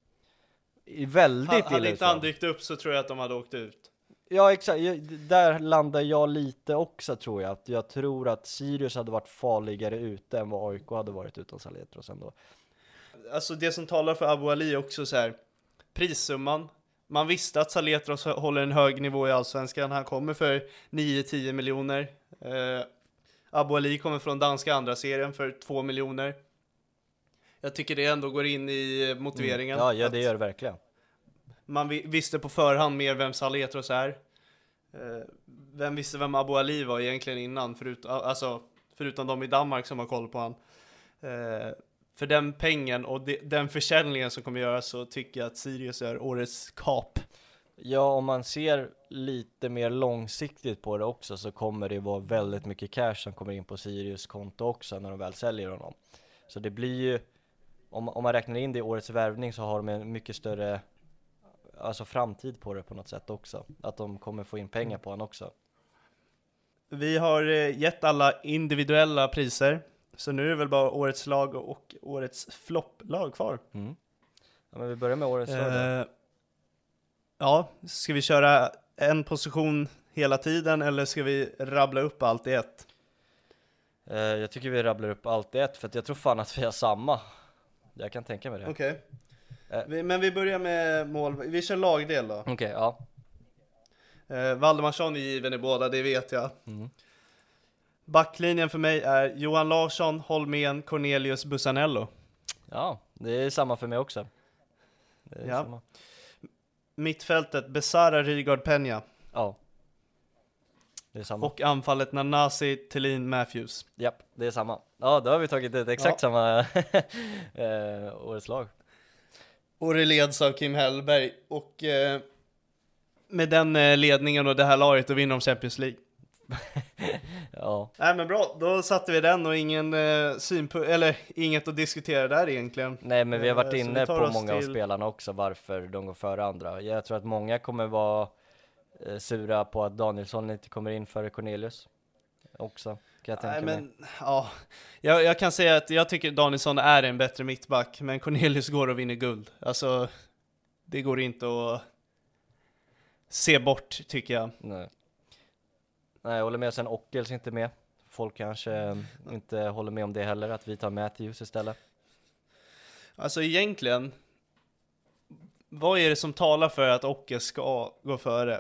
väldigt illa ut. Hade inte han dykt upp så tror jag att de hade åkt ut. Ja, exakt. Där landar jag lite också, tror jag. Att jag tror att Sirius hade varit farligare ute än vad A I K hade varit utan Saletros ändå. Alltså det som talar för Abu Ali också så här, prissumman. Man visste att Saletros håller en hög nivå i allsvenskan. Han kommer för nio till tio miljoner. Eh, Abu Ali kommer från danska andra serien för två miljoner. Jag tycker det ändå går in i motiveringen. Mm. Ja, ja, det gör det verkligen. Man visste på förhand mer vem Saletros är. Eh, vem visste vem Abu Ali var egentligen innan, förut, alltså, förutom de i Danmark som har koll på han. Eh, för den pengen och de, den försäljningen som kommer göras, så tycker jag att Sirius är årets kap. Ja, om man ser lite mer långsiktigt på det också, så kommer det vara väldigt mycket cash som kommer in på Sirius konto också när de väl säljer honom. Så det blir ju, om, om man räknar in det i årets värvning, så har de en mycket större, alltså framtid på det på något sätt också. Att de kommer få in pengar på han också. Vi har gett alla individuella priser, så nu är det väl bara årets lag och årets flopplag kvar. Mm. Ja, men vi börjar med årets lag. Eh, Ja, ska vi köra en position hela tiden eller ska vi rabbla upp allt i ett? Uh, jag tycker vi rabblar upp allt i ett, för att jag tror fan att vi har samma. Jag kan tänka mig det. Okej. Okay. Uh. Men vi börjar med mål. Vi kör lagdel då. Okej, okay, ja. Uh, Valdemarsson är given i båda, det vet jag. Mm. Backlinjen för mig är Johan Larsson, Holmén, Cornelius, Bussanello. Ja, det är samma för mig också. Det är ja. samma. Mittfältet, Besara, Rygaard, Peña. Ja. Det är samma. Och anfallet Nanasi, Thelin, Matthews. Japp, det är samma. Ja, då har vi tagit ett exakt ja. samma eh, årets lag. Och det leds av Kim Hellberg. Och eh, med den eh, ledningen och det här laget då vinner de Champions League. Ja. Nej men bra, då satte vi den och ingen eh, synpunkt, eller inget att diskutera där egentligen. Nej, men vi har varit eh, inne på många till... av spelarna också, varför de går före andra. Jag tror att många kommer vara eh, sura på att Danielsson inte kommer in före Cornelius också, kan jag tänka Nej, men, mig. Ja, jag, jag kan säga att jag tycker Danielsson är en bättre mittback, men Cornelius går och vinner guld. Alltså, det går inte att se bort, tycker jag. Nej. Nej, jag håller med. Sen Ockels inte med. Folk kanske inte håller med om det heller, att vi tar Matthews istället. Alltså egentligen, vad är det som talar för att Ockels ska gå före?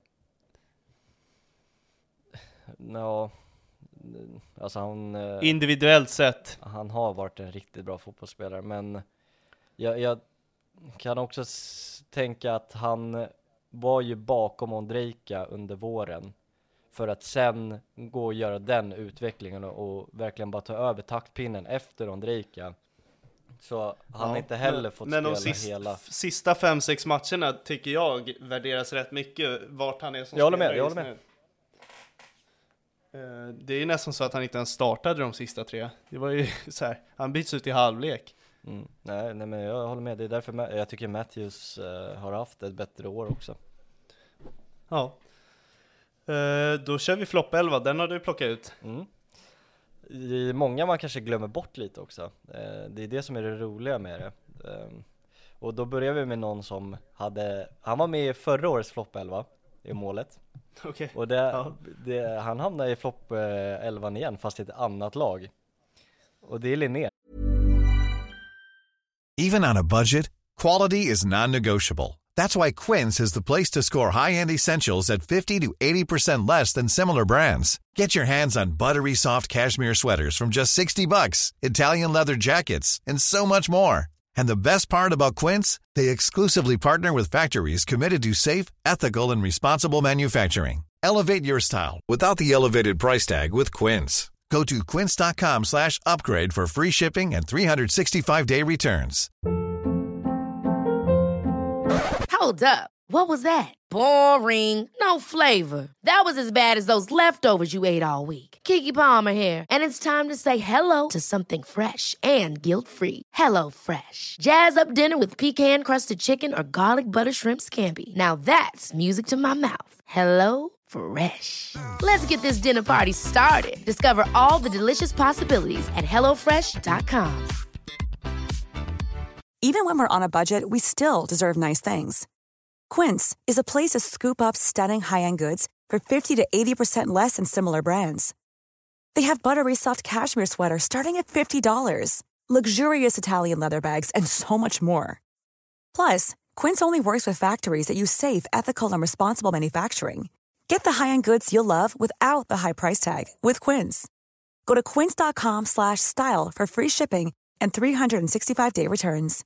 Ja, alltså han... Individuellt sett. Han har varit en riktigt bra fotbollsspelare, men jag, jag kan också s- tänka att han var ju bakom Ondrejka under våren. För att sen gå och göra den utvecklingen och, och verkligen bara ta över taktpinnen efter Ondrejka. Så han har inte heller men, fått men spela de sista, hela... sista fem sex matcherna tycker jag värderas rätt mycket vart han är som jag håller med, spelare jag håller med. Uh, det är nästan så att han inte ens startade de sista tre. Det var ju så här, han byts ut i halvlek. Mm. Nej, nej, men jag håller med. Det är därför jag tycker Matthews uh, har haft ett bättre år också. Ja. Uh, då kör vi flopp elva, den har du plockat ut. Mm. I många man kanske glömmer bort lite också. Uh, det är det som är det roliga med det. Um, och då börjar vi med någon som hade, han var med i förra årets flopp elva i målet. Okay. Och det, ja. det, han hamnar i flopp elva igen, fast i ett annat lag. Och det är Linné. Even on a budget, quality is non-negotiable. That's why Quince is the place to score high-end essentials at fifty to eighty percent less than similar brands. Get your hands on buttery soft cashmere sweaters from just sixty bucks, Italian leather jackets, and so much more. And the best part about Quince, they exclusively partner with factories committed to safe, ethical, and responsible manufacturing. Elevate your style without the elevated price tag with Quince. Go to quince.com slash upgrade for free shipping and three sixty-five day returns. Hold up. What was that? Boring. No flavor. That was as bad as those leftovers you ate all week. Keke Palmer here, and it's time to say hello to something fresh and guilt-free. Hello Fresh. Jazz up dinner with pecan-crusted chicken or garlic butter shrimp scampi. Now that's music to my mouth. Hello Fresh. Let's get this dinner party started. Discover all the delicious possibilities at hello fresh dot com. Even when we're on a budget, we still deserve nice things. Quince is a place to scoop up stunning high-end goods for fifty to eighty percent less than similar brands. They have buttery soft cashmere sweaters starting at fifty dollars, luxurious Italian leather bags, and so much more. Plus, Quince only works with factories that use safe, ethical, and responsible manufacturing. Get the high-end goods you'll love without the high price tag with Quince. Go to quince.com slash style for free shipping and three sixty-five day returns.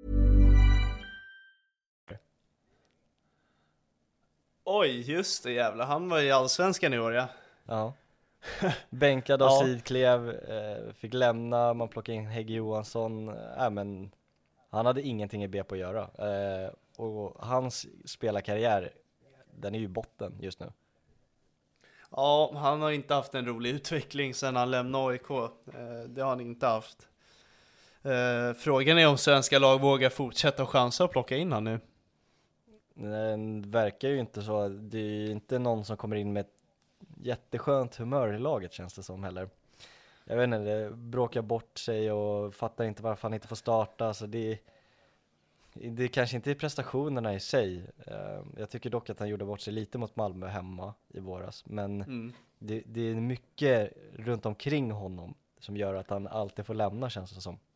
Oj, just det jävla. Han var i Allsvenskan i år, ja. Ja. Bänkad av ja. Sidklev, eh, fick lämna, man plockade in Hägg Johansson. Äh, men han hade ingenting i B på att göra. Eh, och hans spelarkarriär, den är ju botten just nu. Ja, han har inte haft en rolig utveckling sedan han lämnade A I K. Eh, det har han inte haft. Eh, frågan är om svenska lag vågar fortsätta och chansa att plocka in han nu. Det verkar ju inte så. Det är inte någon som kommer in med ett jätteskönt humör i laget, känns det som heller. Jag vet inte, det bråkar bort sig och fattar inte varför han inte får starta. Så det, det kanske inte är prestationerna i sig. Uh, jag tycker dock att han gjorde bort sig lite mot Malmö hemma i våras. Men mm. det, det är mycket runt omkring honom som gör att han alltid får lämna, känns det som.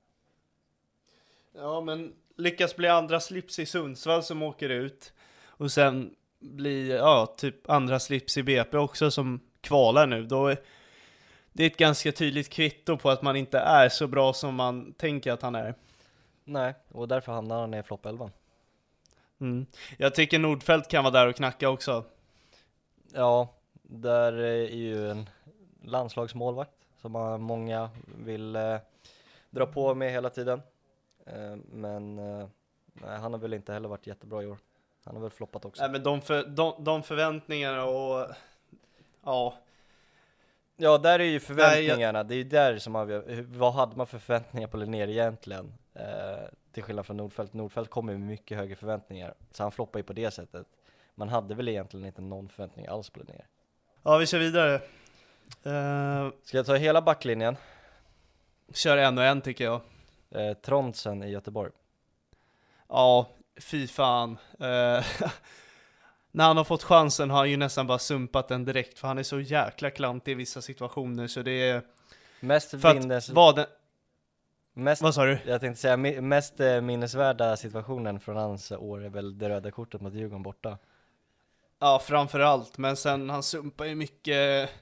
Ja, men lyckas bli andra slips i Sundsvall som åker ut. Och sen bli, ja, typ andra slips i B P också som kvalar nu. Då är det är ett ganska tydligt kvitto på att man inte är så bra som man tänker att han är. Nej, och därför hamnar han i floppelvan. Mm. Jag tycker Nordfeldt kan vara där och knacka också. Ja, där är ju en landslagsmålvakt som många vill eh, dra på med hela tiden. Eh, men eh, nej, han har väl inte heller varit jättebra i år. Han har väl floppat också. Nej, men de, för, de, de förväntningarna och ja... Ja, där är ju förväntningarna. Nej, jag... Det är ju där som man, vad hade man för förväntningar på Linnér egentligen? Eh, till skillnad från Nordfeldt. Nordfeldt kommer med mycket högre förväntningar. Så han floppar ju på det sättet. Man hade väl egentligen inte någon förväntning alls på Linnér. Ja, vi kör vidare. Uh... Ska jag ta hela backlinjen? Kör en och en tycker jag. Eh, Trondsen i Göteborg. Ja, fy fan. Uh... När han har fått chansen har han ju nästan bara sumpat den direkt. För han är så jäkla klantig i vissa situationer. Så det är... Mest vinnes... vad, den... mest... vad sa du? Jag tänkte säga, mest minnesvärda situationen från hans år är väl det röda kortet mot Djurgården borta. Ja, framförallt. Men sen han sumpar ju mycket...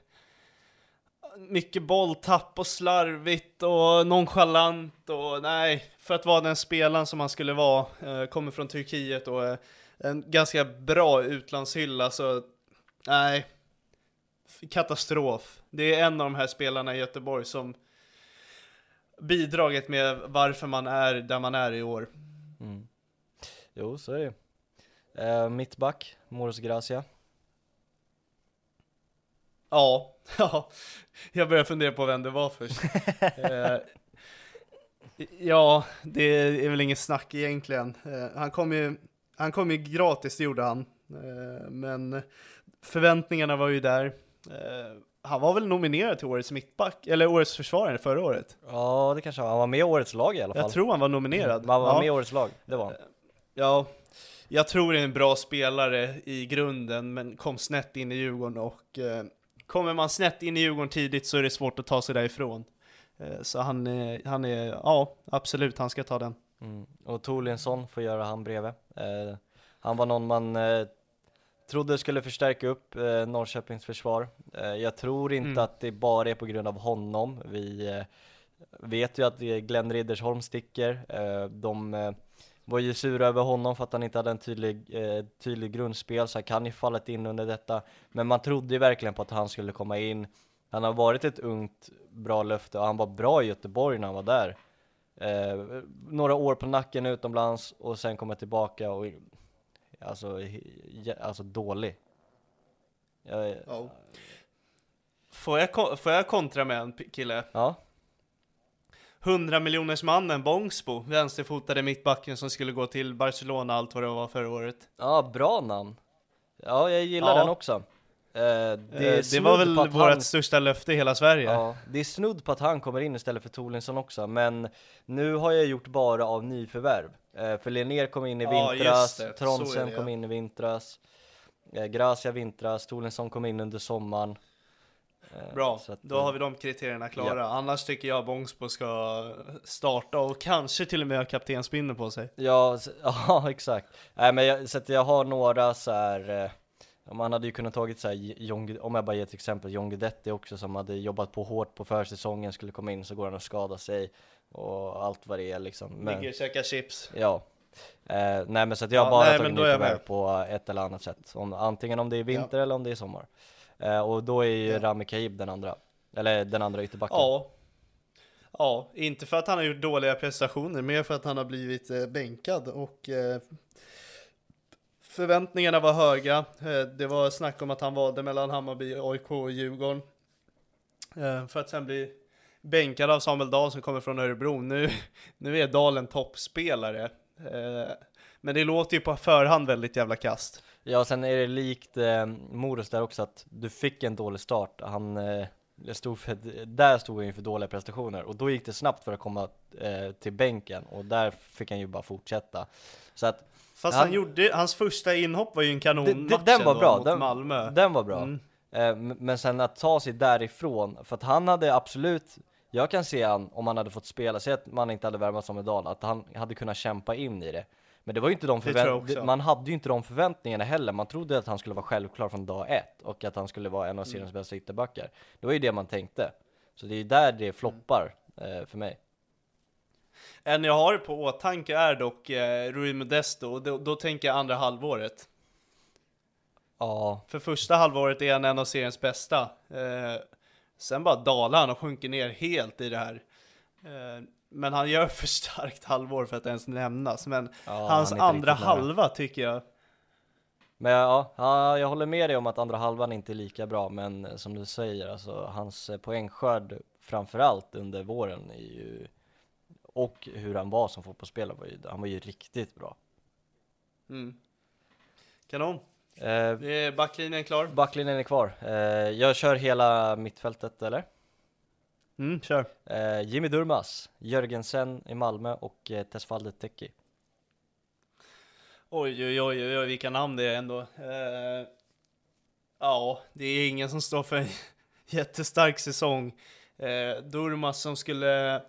Mycket bolltapp och slarvigt och nonchalant. Och nej, för att vara den spelaren som han skulle vara. Eh, kommer från Turkiet och... Eh, en ganska bra utlandshylla, så nej, katastrof. Det är en av de här spelarna i Göteborg som bidragit med varför man är där man är i år. Mm. Jo, så är det. Uh, mittback, Moros Gracia. Ja, ja, jag börjar fundera på vem det var först. uh, ja, det är väl inget snack egentligen. Uh, han kom ju Han kom ju gratis, det gjorde han. Men förväntningarna var ju där. Han var väl nominerad till årets mittback, eller årets försvarare förra året. Ja, det kanske var. Han var med i årets lag i alla fall. Jag tror han var nominerad. Man var ja. med i årets lag, det var han. Ja, jag tror det är en bra spelare i grunden, men kom snett in i Djurgården. Och kommer man snett in i Djurgården tidigt så är det svårt att ta sig därifrån. Så han är, han är ja, absolut, han ska ta den. Mm. Och Torlinsson får göra han bredvid. Eh, han var någon man eh, trodde skulle förstärka upp eh, Norrköpings försvar. Eh, jag tror inte mm. att det bara är på grund av honom. Vi eh, vet ju att Glenn Riddersholm sticker. Eh, de eh, var ju sura över honom för att han inte hade en tydlig, eh, tydlig grundspel, så han kan ju fallit in under detta. Men man trodde ju verkligen på att han skulle komma in. Han har varit ett ungt bra löfte och han var bra i Göteborg när han var där. Eh, några år på nacken utomlands och sen kommer tillbaka och alltså, ja, alltså dålig. Jag, oh. får, jag, får jag kontra med en kille? Ja. hundra miljoners mannen Bångsbo, vänsterfotade mittbacken som skulle gå till Barcelona, allt vad det var förra året. Ja, bra namn. Ja, jag gillar ja. den också. Eh, det, eh, det var väl vårt han... största löfte i hela Sverige. Ja, det är snudd på att han kommer in istället för Torlinsson också. Men nu har jag gjort bara av nyförvärv. eh, För Linnér kom in i ja, vintras, Trondsen kom in i vintras, eh, Gracia vintras, Torlinsson kom in under sommaren. eh, Bra, att, då har vi de kriterierna klara. Ja. Annars tycker jag Bångsbo ska starta och kanske till och med ha kaptensbindeln på sig. Ja, ja exakt. Nej, men jag, så att jag har några så här... Eh, man hade ju kunnat tagit så här, John, om jag bara ger ett exempel, John Guidetti också, som hade jobbat på hårt på försäsongen, skulle komma in så går han och skada sig och allt vad det är liksom. Men, ligger och käkar chips. Ja. Eh, nej men så att jag ja, bara nej, tagit nyförvärv på ett eller annat sätt. Om, antingen om det är vinter ja. eller om det är sommar. Eh, och då är ju ja. Rami Kaib den andra. Eller den andra ytterbacken. Ja. Ja, inte för att han har gjort dåliga prestationer, mer för att han har blivit eh, bänkad och... Eh, förväntningarna var höga. Det var snack om att han valde mellan Hammarby, A I K och Djurgården. För att sen bli bänkad av Samuel Dahl som kommer från Örebro. Nu, nu är Dahl en toppspelare. Men det låter ju på förhand väldigt jävla kast. Ja, sen är det likt eh, Moros där också att du fick en dålig start. Han, eh, jag stod för, där stod han inför dåliga prestationer och då gick det snabbt för att komma eh, till bänken och där fick han ju bara fortsätta. Så att Fast han, han gjorde, hans första inhopp var ju en kanonmatch den var bra, mot den, Malmö. Den var bra. Mm. Eh, men sen att ta sig därifrån, för att han hade absolut, jag kan se han om han hade fått spela, se att man inte hade värmat som medal, att han hade kunnat kämpa in i det. Men det var ju inte de förvänt- man hade ju inte de förväntningarna heller. Man trodde att han skulle vara självklar från dag ett och att han skulle vara en av seriens mm. bästa ytterbackar. Det var ju det man tänkte. Så det är ju där det floppar eh, för mig. En jag har på åtanke är dock eh, Rui Modesto, och då, då tänker jag andra halvåret. Ja. För första halvåret är han en av seriens bästa. Eh, sen bara dalar han och sjunker ner helt i det här. Eh, men han gör för starkt halvår för att ens nämnas. Men ja, hans andra halva tycker jag. Men ja, ja, jag håller med dig om att andra halvan inte är lika bra. Men som du säger, alltså, hans poängskörd framförallt under våren är ju, och hur han var som fotbollsspelare var ju, han var ju riktigt bra. Mm. Kanon. Eh, är backlinjen klar? Backlinjen är kvar. Eh, jag kör hela mittfältet, eller? Mm, kör. Eh, Jimmy Durmaz, Jörgensen i Malmö och eh, Tesfalde Teki. Oj, oj, oj, oj, vilka namn det är ändå. Eh, ja, det är ingen som står för en jättestark säsong. Eh, Durmaz som skulle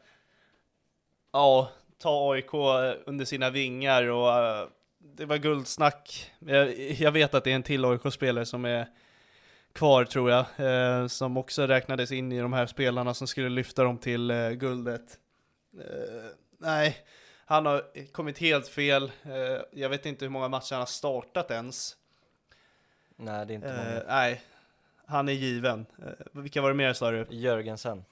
ja, ta A I K under sina vingar och uh, det var guldsnack. Jag, jag vet att det är en till A I K-spelare som är kvar, tror jag, eh, som också räknades in i de här spelarna som skulle lyfta dem till eh, guldet. Eh, nej, han har kommit helt fel. Eh, jag vet inte hur många matcher han har startat ens. Nej, det är inte eh, många. Nej, han är given. Eh, vilka var det mer, sa du? Jörgensen.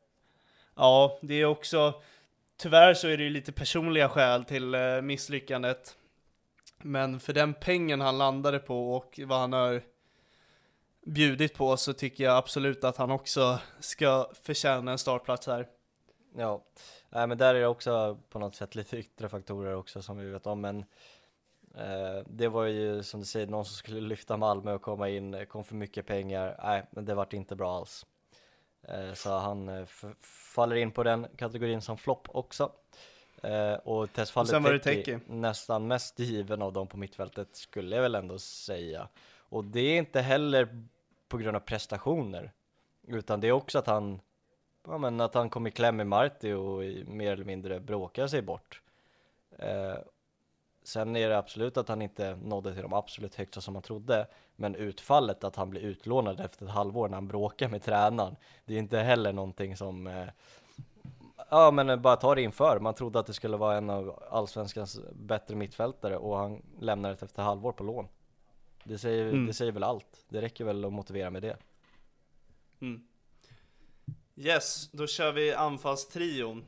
Ja, det är också, tyvärr så är det ju lite personliga skäl till eh, misslyckandet. Men för den pengen han landade på och vad han har bjudit på, så tycker jag absolut att han också ska förtjäna en startplats här. Ja, nej, men där är det också på något sätt lite yttre faktorer också som vi vet om, men eh, det var ju som du säger, någon som skulle lyfta Malmö och komma in, kom för mycket pengar. Nej, men det vart inte bra alls. Eh, så han eh, f- faller in på den kategorin som flopp också. Eh, och Tesfalde Teki nästan mest given av dem på mittfältet, skulle jag väl ändå säga. Och det är inte heller på grund av prestationer, utan det är också att han ja, men att han kom i kläm med Marti och mer eller mindre bråkar sig bort. Eh, sen är det absolut att han inte nådde till de absolut högsta som man trodde, men utfallet att han blir utlånad efter ett halvår när han bråkar med tränaren, det är inte heller någonting som eh, ja, men bara ta det inför. Man trodde att det skulle vara en av allsvenskans bättre mittfältare och han lämnar det efter halvår på lån. Det säger, mm. det säger väl allt. Det räcker väl att motivera med det. Mm. Yes, då kör vi anfallstrion.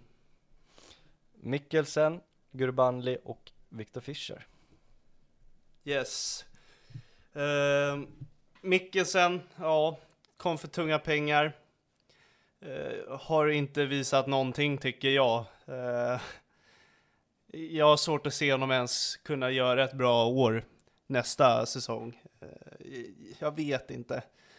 Mikkelsen, Gurbanli och Viktor Fischer. Yes. Uh, Mikkelsen, ja, kom för tunga pengar. Uh, har inte visat någonting, tycker jag. Uh, jag har svårt att se honom ens kunna göra ett bra år nästa säsong. Uh, jag vet inte.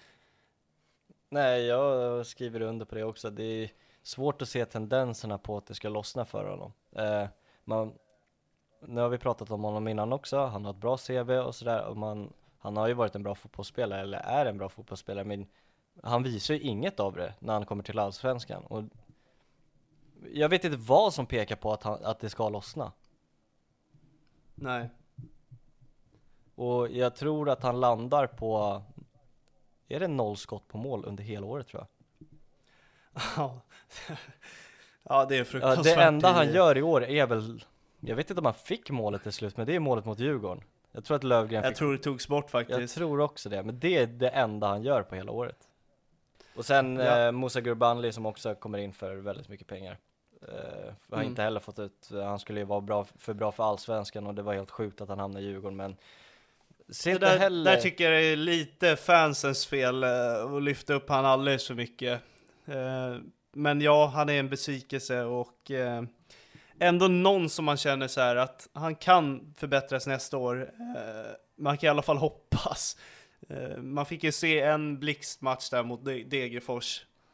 Nej, jag skriver under på det också. Det är svårt att se tendenserna på att det ska lossna för honom. Uh, man, nu har vi pratat om honom innan också. Han har ett bra C V och sådär. Och man, han har ju varit en bra fotbollsspelare, eller är en bra fotbollsspelare, men han visar ju inget av det när han kommer till allsvenskan. Och jag vet inte vad som pekar på att, han, att det ska lossna. Nej. Och jag tror att han landar på, är det noll skott på mål under hela året, tror jag. Ja, ja det är fruktansvärt. Ja, det enda han gör i år är väl, jag vet inte om han fick målet till slut, men det är målet mot Djurgården. Jag tror att Lövgren Jag fick... tror det togs bort faktiskt. Jag tror också det, men det är det enda han gör på hela året. Och sen ja. eh, Musa Gurbanli som också kommer in för väldigt mycket pengar. Eh, har mm. inte heller fått ut, han skulle ju vara bra, för bra för allsvenskan och det var helt sjukt att han hamnade i Djurgården, men det där, heller... där tycker jag det är lite fansens fel eh, att lyfta upp han alldeles för mycket. Eh, men ja, han är en besvikelse och eh, ändå någon som man känner så här att han kan förbättras nästa år. Eh, man kan i alla fall hoppas. Eh, man fick ju se en blixtmatch där mot Degerfors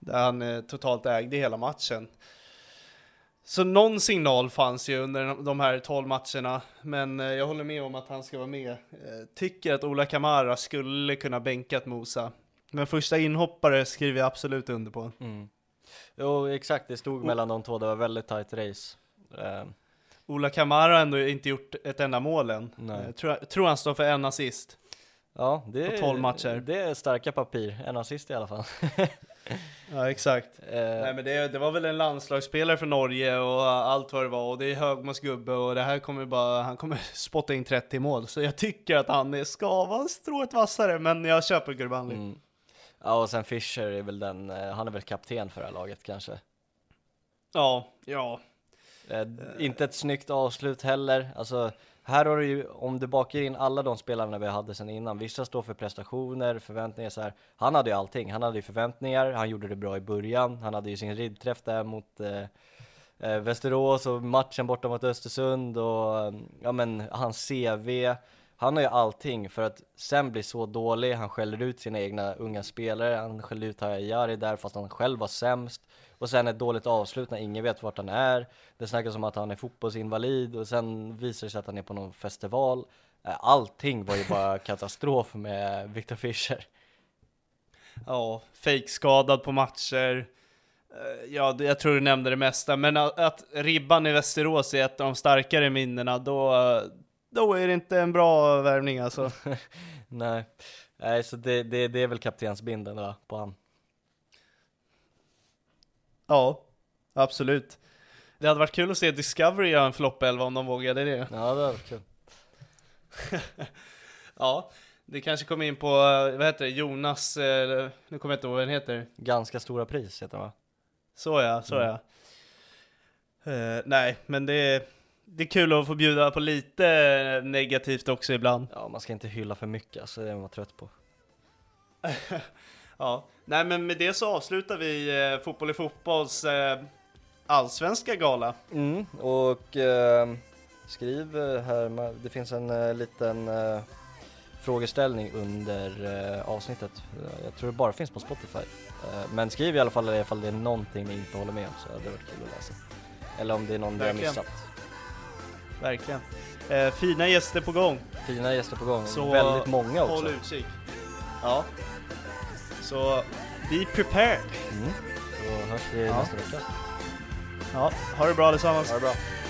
där han eh, totalt ägde hela matchen. Så någon signal fanns ju under de här tolv matcherna, men eh, jag håller med om att han ska vara med. Eh, tycker att Ola Kamara skulle kunna bänkat Musa. Men första inhoppare skriver jag absolut under på. Mm. Jo, exakt. Det stod o- mellan de två. Det var väldigt tight race. Uh. Ola Kamara har ändå inte gjort ett enda mål än. Jag tror, tror han står för en assist. Ja, det på tolv matcher. Det är starka papir. En assist i alla fall. Ja, exakt. Uh. Nej, men det, det var väl en landslagsspelare för Norge och allt vad det var. Och det är Högmos gubbe och det här kommer bara, han kommer spotta in trettio mål. Så jag tycker att han är ska vara strået vassare, men jag köper Gurbanli. Mm. Ja, och sen Fischer är väl den, han är väl kapten för det här laget kanske. Ja, ja. Eh, inte ett snyggt avslut heller. Alltså, här har du ju, om du bakar in alla de spelarna vi hade sedan innan. Vissa står för prestationer, förväntningar så här. Han hade ju allting. Han hade ju förväntningar, han gjorde det bra i början. Han hade ju sin ridträff där mot eh, eh, Västerås och matchen borta mot Östersund. Och ja, men hans C V. Han har ju allting för att sen bli så dålig. Han skäller ut sina egna unga spelare. Han skäller ut Hayari där fast han själv var sämst. Och sen ett dåligt avslut när ingen vet vart han är. Det snackas om att han är fotbollsinvalid. Och sen visar det sig att han är på någon festival. Allting var ju bara katastrof med Victor Fischer. Ja, fake-skadad på matcher. Ja, jag tror du nämnde det mesta. Men att ribban i Västerås är ett av de starkare minnena, då... Då är det inte en bra värvning alltså. Nej. Nej, så det, det, det är väl kaptensbinden då, på han. Ja, absolut. Det hade varit kul att se Discovery göra en flopp-elva om de vågade det. Ja, det hade varit kul. Ja, det kanske kommer in på, vad heter det, Jonas, eh, nu kommer jag inte ihåg vad den heter. Ganska stora pris heter det, va? Så ja, så mm. ja. Uh, nej, men det är... Det är kul att få bjuda på lite negativt också ibland. Ja, man ska inte hylla för mycket, alltså det är man trött på. Ja, nej men med det så avslutar vi eh, Fotboll i fotbolls eh, allsvenska gala. Mm, och eh, skriv här, det finns en eh, liten eh, frågeställning under eh, avsnittet. Jag tror det bara finns på Spotify. Eh, men skriv i alla fall ifall det är någonting ni inte håller med om, så det var kul att läsa. Eller om det är någon vi har missat. Verkligen. Eh, fina gäster på gång. Fina gäster på gång. Så väldigt många också. Håll utkik. Ja. Så be prepared. Mm. Så hörs vi ja. nästa vecka. Ja, ha det bra allesammans. Ha det bra.